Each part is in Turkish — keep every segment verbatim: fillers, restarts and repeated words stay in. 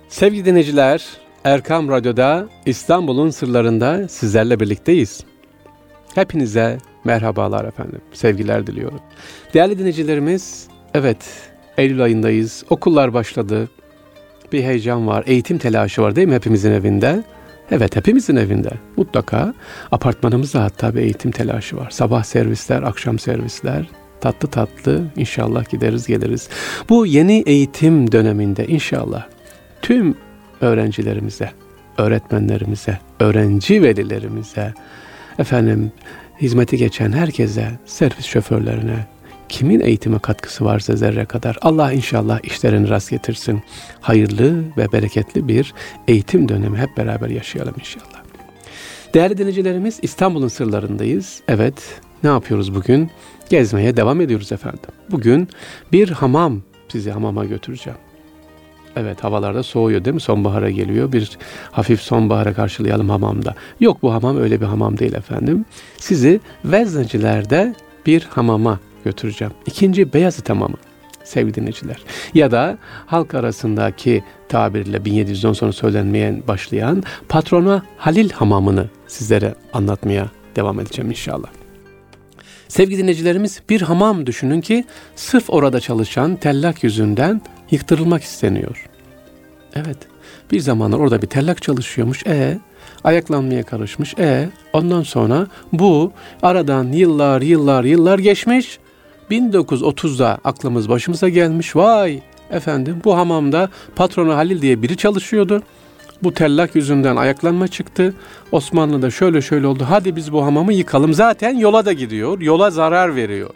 Sevgili dinleyiciler, Erkam Radyo'da İstanbul'un sırlarında sizlerle birlikteyiz. Hepinize merhabalar efendim, sevgiler diliyorum. Değerli dinleyicilerimiz, evet Eylül ayındayız, okullar başladı, bir heyecan var, eğitim telaşı var değil mi hepimizin evinde? Evet, hepimizin evinde mutlaka, apartmanımızda hatta bir eğitim telaşı var. Sabah servisler, akşam servisler, tatlı tatlı inşallah gideriz geliriz. Bu yeni eğitim döneminde inşallah tüm öğrencilerimize, öğretmenlerimize, öğrenci velilerimize, efendim hizmeti geçen herkese, servis şoförlerine, kimin eğitime katkısı varsa zerre kadar Allah inşallah işlerini rast getirsin. Hayırlı ve bereketli bir eğitim dönemi hep beraber yaşayalım inşallah. Değerli dinleyicilerimiz, İstanbul'un sırlarındayız. Evet, ne yapıyoruz bugün? Gezmeye devam ediyoruz efendim. Bugün bir hamam, sizi hamama götüreceğim. Evet, havalarda soğuyor değil mi? Sonbahara geliyor. Bir hafif sonbahara karşılayalım hamamda. Yok, bu hamam öyle bir hamam değil efendim. Sizi Vezneciler'de bir hamama götüreceğim. İkinci Beyazıt Hamamı sevgili dinleyiciler. Ya da halk arasındaki tabirle bin yedi yüzden sonra söylenmeye başlayan Patrona Halil Hamamı'nı sizlere anlatmaya devam edeceğim inşallah. Sevgili dinleyicilerimiz, bir hamam düşünün ki sırf orada çalışan tellak yüzünden yıktırılmak isteniyor. Evet, bir zamanlar orada bir tellak çalışıyormuş. E ayaklanmaya karışmış. E ondan sonra bu aradan yıllar yıllar yıllar geçmiş. bin dokuz yüz otuzda aklımız başımıza gelmiş. Vay efendim, bu hamamda Patrona Halil diye biri çalışıyordu. Bu tellak yüzünden ayaklanma çıktı. Osmanlı'da şöyle şöyle oldu. Hadi biz bu hamamı yıkalım. Zaten yola da gidiyor. Yola zarar veriyor.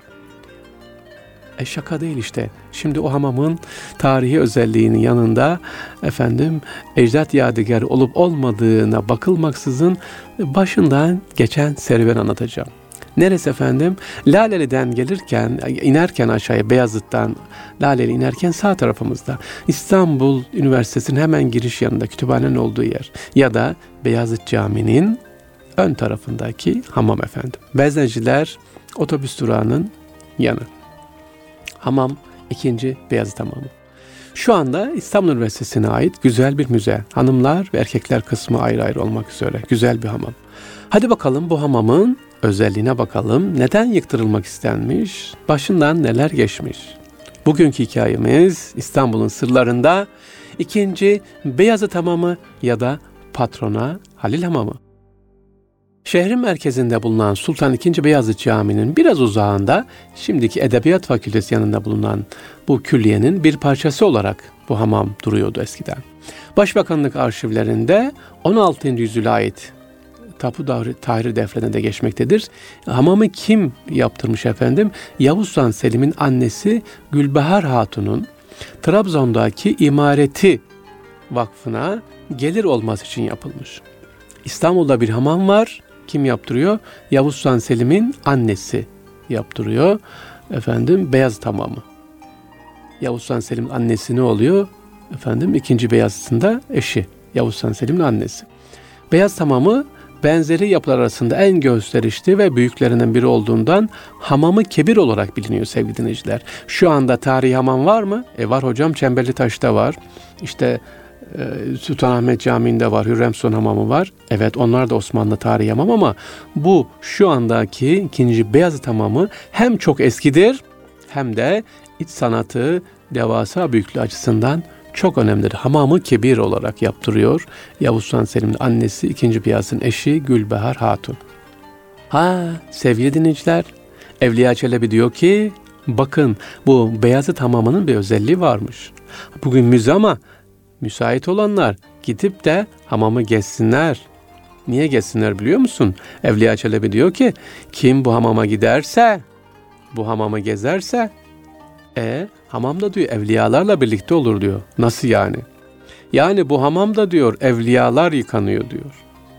E şaka değil işte. Şimdi o hamamın tarihi özelliğinin yanında efendim ecdat yadigarı olup olmadığına bakılmaksızın başından geçen serüven anlatacağım. Neresi efendim? Laleli'den gelirken, inerken aşağıya Beyazıt'tan Laleli inerken sağ tarafımızda İstanbul Üniversitesi'nin hemen giriş yanında kütüphanenin olduğu yer ya da Beyazıt Camii'nin ön tarafındaki hamam efendim. Vezneciler otobüs durağının yanı. Hamam ikinci Beyazıt Hamamı. Şu anda İstanbul Üniversitesi'ne ait güzel bir müze. Hanımlar ve erkekler kısmı ayrı ayrı olmak üzere. Güzel bir hamam. Hadi bakalım bu hamamın özelliğine bakalım. Neden yıktırılmak istenmiş? Başından neler geçmiş? Bugünkü hikayemiz İstanbul'un sırlarında ikinci Beyazıt Hamamı ya da Patrona Halil Hamamı. Şehrin merkezinde bulunan Sultan ikinci. Beyazıt Camii'nin biraz uzağında şimdiki Edebiyat Fakültesi yanında bulunan bu külliyenin bir parçası olarak bu hamam duruyordu eskiden. Başbakanlık arşivlerinde on altıncı yüzyıla ait Tapu Tahrir defterine de geçmektedir. Hamamı kim yaptırmış efendim? Yavuz Sultan Selim'in annesi Gülbahar Hatun'un Trabzon'daki İmareti Vakfı'na gelir olması için yapılmış. İstanbul'da bir hamam var. Kim yaptırıyor? Yavuz Sultan Selim'in annesi yaptırıyor. Efendim Beyazıt Hamamı. Yavuz Sultan Selim'in annesi ne oluyor? Efendim ikinci Beyazıt'ın da eşi. Yavuz Sultan Selim'in annesi. Beyazıt Hamamı benzeri yapılar arasında en gösterişli ve büyüklerinden biri olduğundan Hamamı Kebir olarak biliniyor sevgili dinleyiciler. Şu anda tarihi hamam var mı? E var hocam, Çemberlitaş'ta var. İşte e, Sultanahmet Camii'nde var, Hürrem Sultan Hamamı var. Evet, onlar da Osmanlı tarihi hamam ama bu şu andaki ikinci Beyazıt Hamamı hem çok eskidir hem de iç sanatı, devasa büyüklüğü açısından çok önemlidir. Hamamı Kebir olarak yaptırıyor Yavuz Sultan Selim'in annesi ikinci. Beyazıt'ın eşi Gülbahar Hatun. Ha sevgili dinleyiciler, Evliya Çelebi diyor ki bakın bu Beyazıt Hamamı'nın bir özelliği varmış. Bugün müze ama müsait olanlar gidip de hamamı gezsinler. Niye gezsinler biliyor musun? Evliya Çelebi diyor ki kim bu hamama giderse, bu hamamı gezerse E hamamda diyor evliyalarla birlikte olur diyor. Nasıl yani? Yani bu hamamda diyor evliyalar yıkanıyor diyor.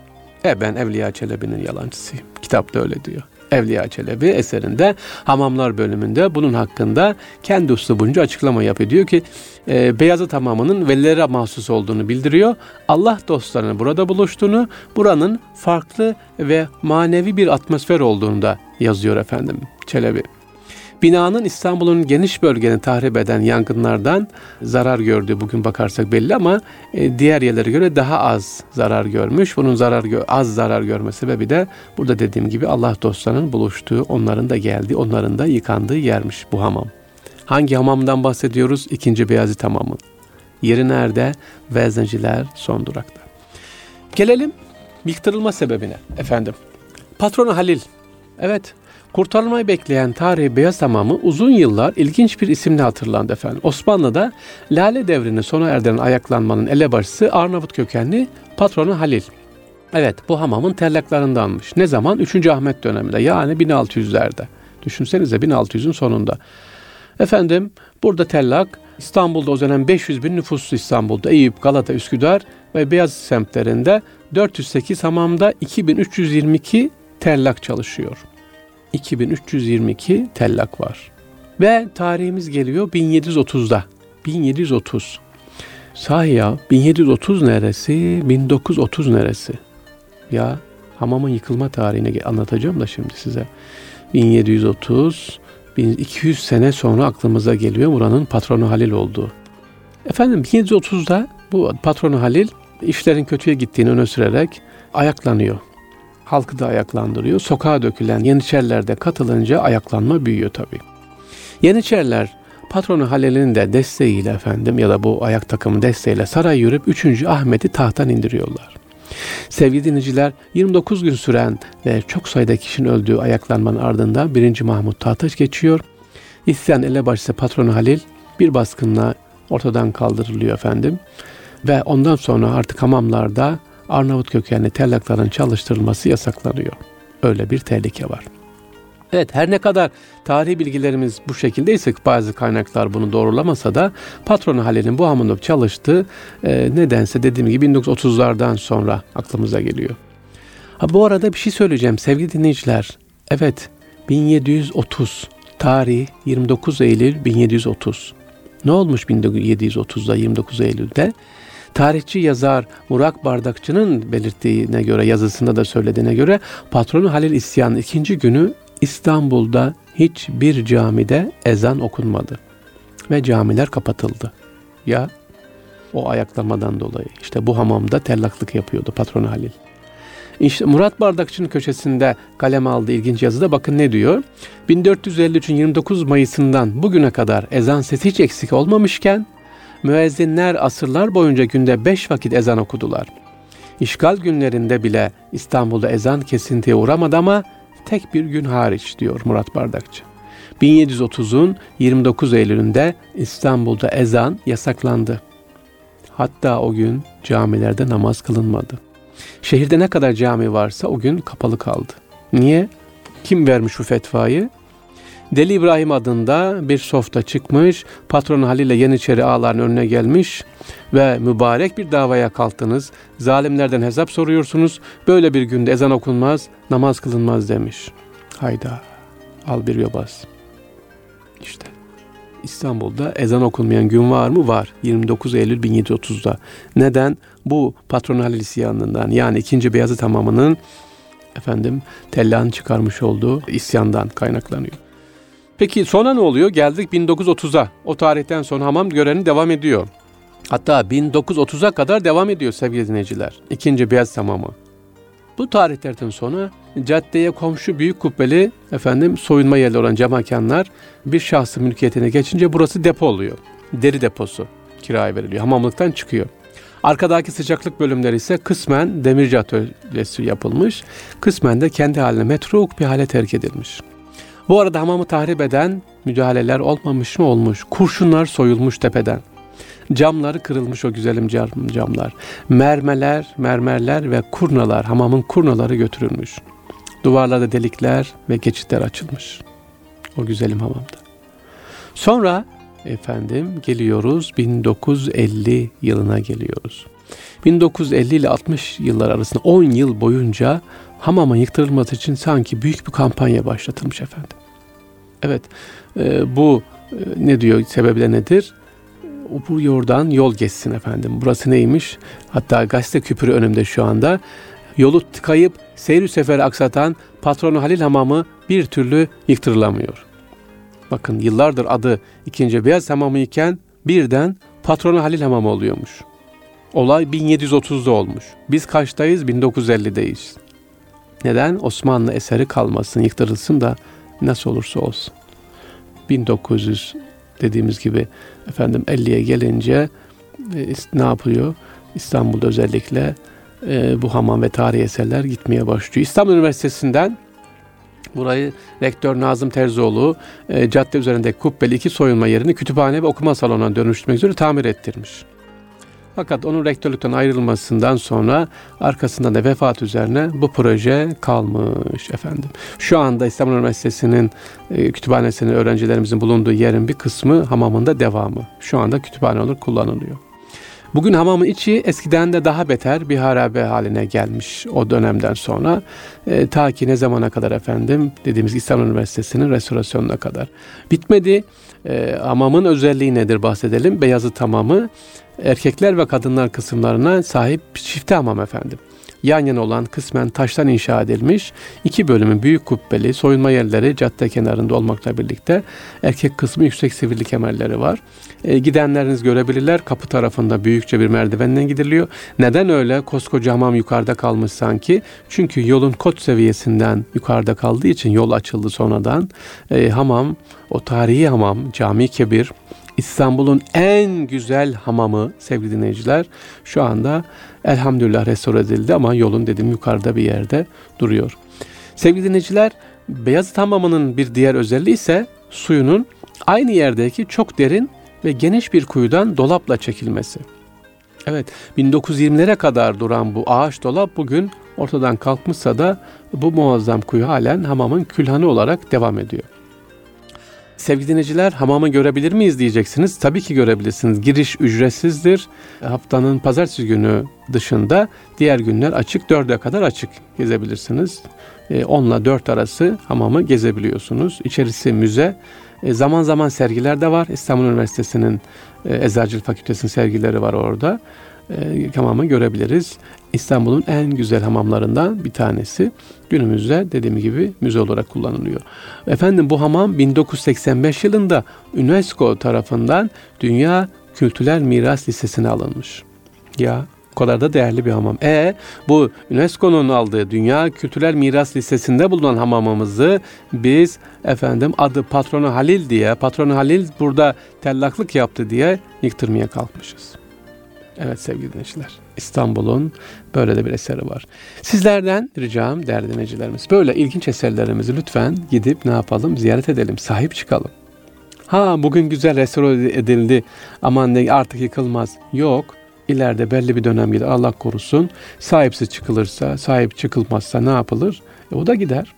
E ben Evliya Çelebi'nin yalancısıyım. Kitapta öyle diyor. Evliya Çelebi eserinde Hamamlar bölümünde bunun hakkında kendi üslubunca açıklama yapıyor. Diyor ki e, Beyazıt Hamamı'nın velilere mahsus olduğunu bildiriyor. Allah dostlarının burada buluştuğunu, buranın farklı ve manevi bir atmosfer olduğunu da yazıyor efendim Çelebi. Binanın İstanbul'un geniş bölgeni tahrip eden yangınlardan zarar gördüğü bugün bakarsak belli ama e, diğer yerlere göre daha az zarar görmüş. Bunun zarar gö- az zarar görme sebebi de burada dediğim gibi Allah dostlarının buluştuğu, onların da geldiği, onların da yıkandığı yermiş bu hamam. Hangi hamamdan bahsediyoruz? İkinci Beyazıt Hamamı. Yeri nerede? Vezneciler son durakta. Gelelim yıktırılma sebebine efendim. Patronu Halil. Evet, kurtarılmayı bekleyen tarihi Beyazıt Hamamı uzun yıllar ilginç bir isimle hatırlandı efendim. Osmanlı'da Lale devrini sona erdiren ayaklanmanın elebaşısı Arnavut kökenli patronu Halil. Evet, bu hamamın tellaklarındanmış. Ne zaman? üçüncü Ahmet döneminde, yani bin altı yüzlerde. Düşünsenize, bin altı yüzün sonunda. Efendim, burada tellak İstanbul'da o dönem beş yüz bin nüfuslu İstanbul'da Eyüp, Galata, Üsküdar ve Beyazıt semtlerinde dört yüz sekiz hamamda iki bin üç yüz yirmi iki tellak çalışıyor. iki bin üç yüz yirmi iki tellak var. Ve tarihimiz geliyor bin yedi yüz otuzda. bin yedi yüz otuz. Sahi ya, bin yedi yüz otuz neresi, bin dokuz yüz otuz neresi? Ya hamamın yıkılma tarihini anlatacağım da şimdi size. bin yedi yüz otuz, bin iki yüz sene sonra aklımıza geliyor buranın patronu Halil olduğu. Efendim bin yedi yüz otuzda bu patronu Halil işlerin kötüye gittiğini öne sürerek ayaklanıyor. Halkı da ayaklandırıyor. Sokağa dökülen Yeniçeriler de katılınca ayaklanma büyüyor tabii. Yeniçeriler patronu Halil'in de desteğiyle efendim ya da bu ayak takımı desteğiyle saraya yürüp üçüncü Ahmet'i tahttan indiriyorlar. Sevgili dinleyiciler, yirmi dokuz gün süren ve çok sayıda kişinin öldüğü ayaklanmanın ardından birinci Mahmut tahta geçiyor. İsyan elebaşısı patronu Halil bir baskınla ortadan kaldırılıyor efendim. Ve ondan sonra artık hamamlarda Arnavut kökenli tellakların çalıştırılması yasaklanıyor. Öyle bir tehlike var. Evet, her ne kadar tarihi bilgilerimiz bu şekildeyse, bazı kaynaklar bunu doğrulamasa da patronu Halil'in bu hamamda çalıştığı e, nedense dediğim gibi bin dokuz yüz otuzlardan sonra aklımıza geliyor. Ha, bu arada bir şey söyleyeceğim sevgili dinleyiciler. Evet, bin yedi yüz otuz tarih yirmi dokuz Eylül bin yedi yüz otuz. Ne olmuş bin yedi yüz otuzda yirmi dokuz Eylül'de? Tarihçi yazar Murat Bardakçı'nın belirttiğine göre, yazısında da söylediğine göre patronu Halil isyanının ikinci günü İstanbul'da hiçbir camide ezan okunmadı ve camiler kapatıldı. Ya o ayaklamadan dolayı işte bu hamamda tellaklık yapıyordu patronu Halil. İşte Murat Bardakçı'nın köşesinde kalem aldığı ilginç yazıda bakın ne diyor? bin dört yüz elli üçün yirmi dokuz Mayıs'ından bugüne kadar ezan sesi hiç eksik olmamışken müezzinler asırlar boyunca günde beş vakit ezan okudular. İşgal günlerinde bile İstanbul'da ezan kesintiye uğramadı ama tek bir gün hariç diyor Murat Bardakçı. bin yedi yüz otuzun yirmi dokuz Eylül'ünde İstanbul'da ezan yasaklandı. Hatta o gün camilerde namaz kılınmadı. Şehirde ne kadar cami varsa o gün kapalı kaldı. Niye? Kim vermiş bu fetvayı? Deli İbrahim adında bir softa çıkmış, patronu Halil ile Yeniçeri ağaların önüne gelmiş ve mübarek bir davaya kalktınız, zalimlerden hesap soruyorsunuz, böyle bir günde ezan okunmaz, namaz kılınmaz demiş. Hayda, al bir yobaz. İşte İstanbul'da ezan okunmayan gün var mı? Var. yirmi dokuz Eylül bin yedi yüz otuzda. Neden? Bu patronu Halil isyanından, yani ikinci Beyazıt Hamamı'nın efendim tellağını çıkarmış olduğu isyandan kaynaklanıyor. Peki sonra ne oluyor? Geldik bin dokuz yüz otuza. O tarihten sonra hamam görevini devam ediyor. Hatta bin dokuz yüz otuza kadar devam ediyor sevgili dinleyiciler. İkinci Beyazıt Hamamı. Bu tarihlerden sonra caddeye komşu büyük kubbeli efendim soyunma yerleri olan cemakanlar bir şahsın mülkiyetine geçince burası depo oluyor. Deri deposu kiraya veriliyor. Hamamlıktan çıkıyor. Arkadaki sıcaklık bölümleri ise kısmen demirci atölyesi yapılmış, kısmen de kendi haline metruk bir hale terk edilmiş. Bu arada hamamı tahrip eden müdahaleler olmamış mı? Olmuş. Kurşunlar soyulmuş tepeden. Camları kırılmış, o güzelim cam, camlar. Mermerler, mermerler ve kurnalar, hamamın kurnaları götürülmüş. Duvarlarda delikler ve geçitler açılmış. O güzelim hamamda. Sonra efendim geliyoruz bin dokuz yüz elli yılına geliyoruz. bin dokuz yüz elli ile altmış yıllar arasında on yıl boyunca hamamın yıktırılması için sanki büyük bir kampanya başlatılmış efendim. Evet, e, bu e, ne diyor, sebebi de nedir? Bu yoldan yol geçsin efendim. Burası neymiş? Hatta gazete küpürü önümde şu anda. Yolu tıkayıp seyir seferi aksatan patronu Halil Hamamı bir türlü yıktırılamıyor. Bakın yıllardır adı ikinci Beyaz Hamamı iken birden Patronu Halil Hamamı oluyormuş. Olay bin yedi yüz otuzda olmuş. Biz kaçtayız? bin dokuz yüz ellideyiz. Neden? Osmanlı eseri kalmasın, yıktırılsın da nasıl olursa olsun. bin dokuz yüz dediğimiz gibi efendim elliye gelince e, ne yapıyor? İstanbul'da özellikle e, bu hamam ve tarihi eserler gitmeye başlıyor. İstanbul Üniversitesi'nden burayı Rektör Nazım Terzioğlu e, cadde üzerindeki kubbeli iki soyunma yerini kütüphane ve okuma salonuna dönüştürmek üzere tamir ettirmiş. Fakat onun rektörlükten ayrılmasından sonra arkasından da vefat üzerine bu proje kalmış efendim. Şu anda İstanbul Üniversitesi'nin e, kütüphanesinin öğrencilerimizin bulunduğu yerin bir kısmı hamamında devamı. Şu anda kütüphane olarak kullanılıyor. Bugün hamamın içi eskiden de daha beter bir harabe haline gelmiş o dönemden sonra. E, ta ki ne zamana kadar efendim? Dediğimiz İstanbul Üniversitesi'nin restorasyonuna kadar. Bitmedi. E, hamamın özelliği nedir bahsedelim. Beyazıt Hamamı erkekler ve kadınlar kısımlarına sahip çifte hamam efendim. Yan yana olan kısmen taştan inşa edilmiş iki bölümün büyük kubbeli soyunma yerleri cadde kenarında olmakla birlikte erkek kısmı yüksek sivri kemerleri var. E, gidenleriniz görebilirler. Kapı tarafında büyükçe bir merdivenden gidiliyor. Neden öyle? Koskoca hamam yukarıda kalmış sanki. Çünkü yolun kot seviyesinden yukarıda kaldığı için yol açıldı sonradan. E, hamam, o tarihi hamam, Cami Kebir, İstanbul'un en güzel hamamı sevgili dinleyiciler. Şu anda elhamdülillah restore edildi ama yolun dediğim yukarıda bir yerde duruyor. Sevgili dinleyiciler, Beyazıt Hamamı'nın bir diğer özelliği ise suyunun aynı yerdeki çok derin ve geniş bir kuyudan dolapla çekilmesi. Evet, bin dokuz yüz yirmilere kadar duran bu ağaç dolap bugün ortadan kalkmışsa da bu muazzam kuyu halen hamamın külhanı olarak devam ediyor. Sevgili dinleyiciler, hamamı görebilir miyiz diyeceksiniz. Tabii ki görebilirsiniz. Giriş ücretsizdir. Haftanın pazartesi günü dışında diğer günler açık. dörde kadar açık gezebilirsiniz. on ile dört arası hamamı gezebiliyorsunuz. İçerisi müze. Zaman zaman sergiler de var. İstanbul Üniversitesi'nin Eczacılık Fakültesi'nin sergileri var orada. Hamamı görebiliriz. İstanbul'un en güzel hamamlarından bir tanesi. Günümüzde dediğim gibi müze olarak kullanılıyor. Efendim bu hamam bin dokuz yüz seksen beş yılında UNESCO tarafından Dünya Kültürel Miras Listesi'ne alınmış. Ya o kadar da değerli bir hamam. E bu UNESCO'nun aldığı Dünya Kültürel Miras Listesi'nde bulunan hamamımızı biz efendim adı Patronu Halil diye, Patronu Halil burada tellaklık yaptı diye yıktırmaya kalkmışız. Evet sevgili dinleyiciler, İstanbul'un böyle de bir eseri var. Sizlerden ricam değerli dinleyicilerimiz, böyle ilginç eserlerimizi lütfen gidip ne yapalım? Ziyaret edelim, sahip çıkalım. Ha bugün güzel restore edildi, aman ne artık yıkılmaz. Yok, ileride belli bir dönem gider, Allah korusun. Sahipsiz çıkılırsa, sahip çıkılmazsa ne yapılır? E, o da gider.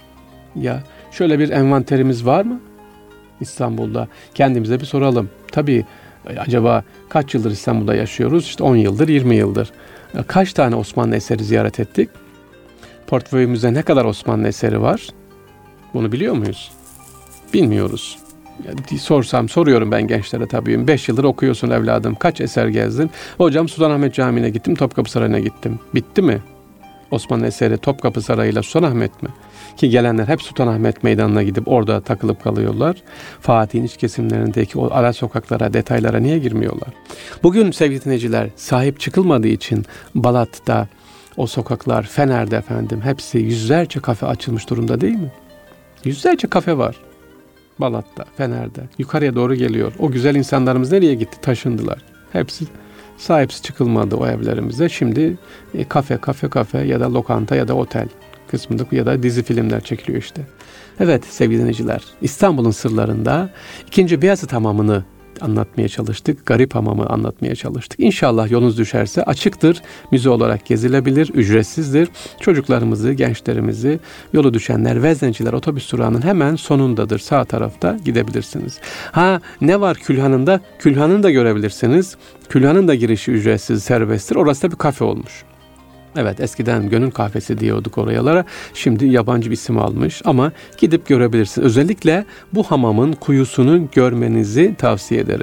Ya şöyle bir envanterimiz var mı İstanbul'da? Kendimize bir soralım. Tabii acaba kaç yıldır İstanbul'da yaşıyoruz? İşte on yıldır, yirmi yıldır. Kaç tane Osmanlı eseri ziyaret ettik? Portföyümüzde ne kadar Osmanlı eseri var? Bunu biliyor muyuz? Bilmiyoruz. Yani sorsam, soruyorum ben gençlere tabii. beş yıldır okuyorsun evladım. Kaç eser gezdin? Hocam Sultanahmet Camii'ne gittim, Topkapı Sarayı'na gittim. Bitti mi? Osmanlı eseri Topkapı Sarayı'yla Sultanahmet mi? Ki gelenler hep Sultanahmet Meydanı'na gidip orada takılıp kalıyorlar. Fatih'in iç kesimlerindeki o ara sokaklara, detaylara niye girmiyorlar? Bugün sevgili dinleyiciler, sahip çıkılmadığı için Balat'ta o sokaklar, Fener'de efendim hepsi yüzlerce kafe açılmış durumda değil mi? Yüzlerce kafe var. Balat'ta, Fener'de. Yukarıya doğru geliyor. O güzel insanlarımız nereye gitti? Taşındılar. Hepsi sahipsiz çıkılmadı o evlerimize. Şimdi e, kafe, kafe, kafe ya da lokanta ya da otel kısmında ya da dizi filmler çekiliyor işte. Evet sevgili dinleyiciler, İstanbul'un sırlarında ikinci Beyazıt Hamamı'nı anlatmaya çalıştık. Garip Hamamı anlatmaya çalıştık. İnşallah yolunuz düşerse açıktır. Müze olarak gezilebilir. Ücretsizdir. Çocuklarımızı, gençlerimizi, yolu düşenler, veznenciler otobüs durağının hemen sonundadır. Sağ tarafta gidebilirsiniz. Ha ne var Külhan'ında? Külhan'ı da görebilirsiniz. Külhan'ın da girişi ücretsiz, serbesttir. Orası da bir kafe olmuş. Evet eskiden Gönül Kahvesi diyorduk orayalara. Şimdi yabancı bir isim almış ama gidip görebilirsiniz. Özellikle bu hamamın kuyusunu görmenizi tavsiye ederim.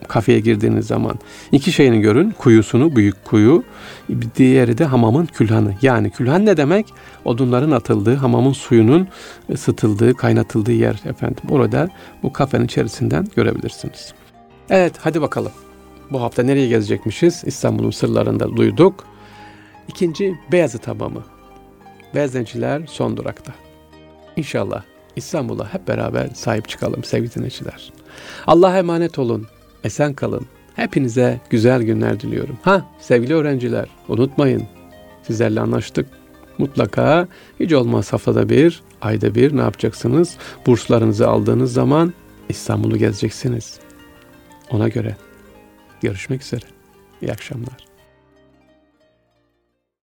kafeye girdiğiniz zaman. İki şeyini görün. Kuyusunu, büyük kuyu. Diğeri de hamamın külhanı. Yani külhan ne demek? Odunların atıldığı, hamamın suyunun ısıtıldığı, kaynatıldığı yer efendim. Orada bu kafenin içerisinden görebilirsiniz. Evet, hadi bakalım. Bu hafta nereye gezecekmişiz? İstanbul'un sırlarında duyduk. İkinci, Beyazıt Hamamı. Beyazıtçılar son durakta. İnşallah İstanbul'a hep beraber sahip çıkalım sevgili dinleyiciler. Allah'a emanet olun. Esen kalın. Hepinize güzel günler diliyorum. Ha sevgili öğrenciler, unutmayın. Sizlerle anlaştık. Mutlaka hiç olmaz haftada bir, ayda bir ne yapacaksınız? Burslarınızı aldığınız zaman İstanbul'u gezeceksiniz. Ona göre görüşmek üzere. İyi akşamlar.